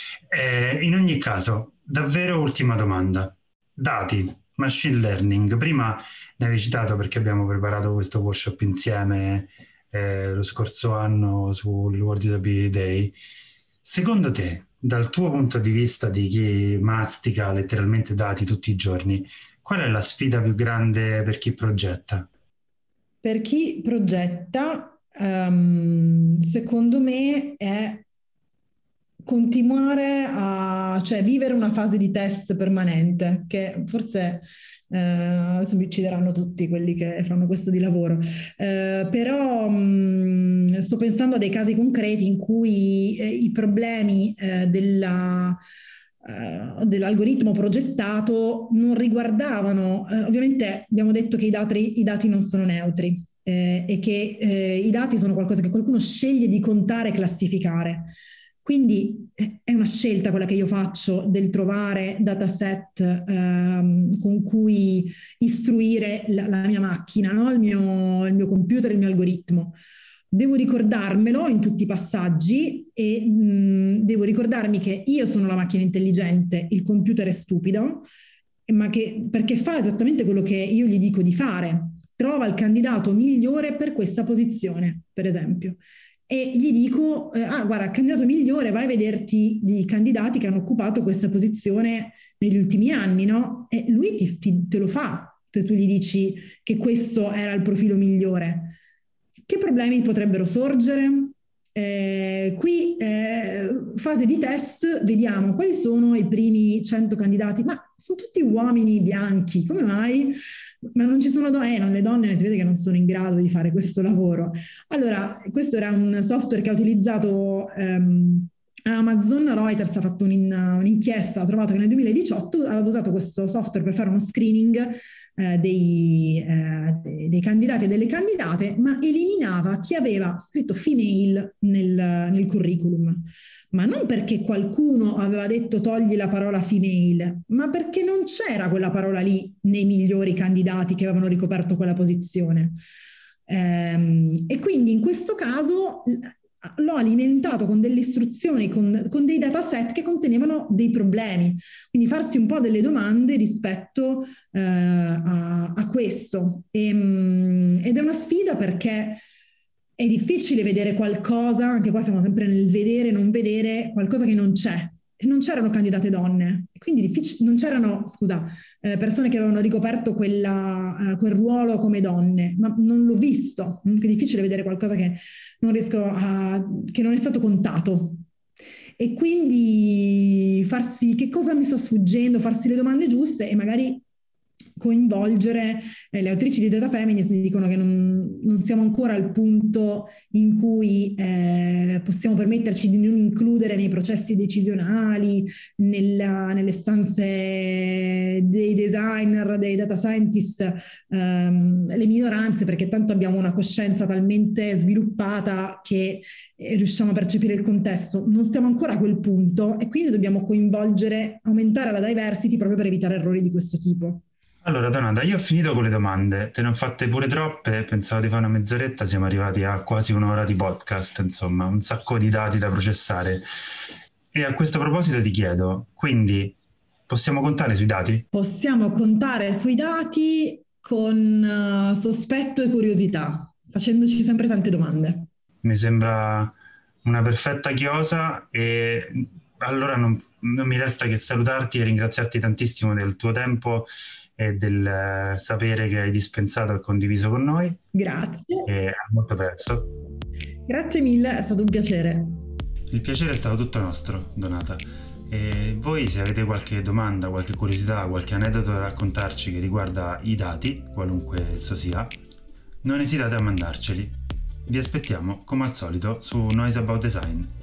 Eh, in ogni caso, davvero ultima domanda. Dati, machine learning. Prima ne avevi citato perché abbiamo preparato questo workshop insieme eh, lo scorso anno sul World Disability Day. Secondo te, dal tuo punto di vista di chi mastica letteralmente dati tutti i giorni, qual è la sfida più grande per chi progetta? Per chi progetta, um, secondo me è continuare a, cioè, vivere una fase di test permanente, che forse eh, adesso mi uccideranno tutti quelli che fanno questo di lavoro, eh, però mh, sto pensando a dei casi concreti in cui eh, i problemi eh, della uh, dell'algoritmo progettato non riguardavano, uh, ovviamente abbiamo detto che i dati, i dati non sono neutri eh, e che eh, i dati sono qualcosa che qualcuno sceglie di contare e classificare. Quindi è una scelta quella che io faccio del trovare dataset ehm, con cui istruire la, la mia macchina, no? il, mio, il mio computer, il mio algoritmo. Devo ricordarmelo in tutti i passaggi e mh, devo ricordarmi che io sono la macchina intelligente, il computer è stupido, ma che, perché fa esattamente quello che io gli dico di fare. Trova il candidato migliore per questa posizione, per esempio. E gli dico, eh, ah guarda, candidato migliore, vai a vederti i candidati che hanno occupato questa posizione negli ultimi anni, no? E lui ti, ti, te lo fa, se tu gli dici che questo era il profilo migliore. Che problemi potrebbero sorgere? Eh, qui, eh, fase di test, vediamo quali sono i primi cento candidati, ma sono tutti uomini bianchi, come mai? Ma non ci sono donne, eh, non, le donne si vede che non sono in grado di fare questo lavoro. Allora, questo era un software che ha utilizzato ehm, Amazon. Reuters ha fatto un, un'inchiesta, ha trovato che nel duemiladiciotto aveva usato questo software per fare uno screening eh, dei, eh, dei, dei candidati e delle candidate, ma eliminava chi aveva scritto female nel, nel curriculum. Ma non perché qualcuno aveva detto togli la parola female, ma perché non c'era quella parola lì nei migliori candidati che avevano ricoperto quella posizione. Ehm, e quindi in questo caso l'ho alimentato con delle istruzioni, con, con dei dataset che contenevano dei problemi. Quindi farsi un po' delle domande rispetto eh, a, a questo. E, ed è una sfida perché è difficile vedere qualcosa, anche qua siamo sempre nel vedere, non vedere, qualcosa che non c'è. E non c'erano candidate donne, quindi difficile, non c'erano, scusa, eh, persone che avevano ricoperto quella, eh, quel ruolo come donne, ma non l'ho visto. È difficile vedere qualcosa che non riesco a, che non è stato contato. E quindi farsi, che cosa mi sta sfuggendo, farsi le domande giuste e magari coinvolgere eh, le autrici di Data Feminist. Mi dicono che non, non siamo ancora al punto in cui eh, possiamo permetterci di non includere nei processi decisionali, nella, nelle stanze dei designer, dei data scientist, ehm, le minoranze, perché tanto abbiamo una coscienza talmente sviluppata che eh, riusciamo a percepire il contesto. Non siamo ancora a quel punto e quindi dobbiamo coinvolgere, aumentare la diversity proprio per evitare errori di questo tipo. Allora Donata, io ho finito con le domande, te ne ho fatte pure troppe, pensavo di fare una mezz'oretta, siamo arrivati a quasi un'ora di podcast, insomma, un sacco di dati da processare. E a questo proposito ti chiedo, quindi possiamo contare sui dati? Possiamo contare sui dati con uh, sospetto e curiosità, facendoci sempre tante domande. Mi sembra una perfetta chiosa e allora non, non mi resta che salutarti e ringraziarti tantissimo del tuo tempo e del sapere che hai dispensato e condiviso con noi. Grazie. E a molto presto. Grazie mille, è stato un piacere. Il piacere è stato tutto nostro, Donata. E voi, se avete qualche domanda, qualche curiosità, qualche aneddoto da raccontarci che riguarda i dati, qualunque esso sia, non esitate a mandarceli. Vi aspettiamo, come al solito, su Noise About Design.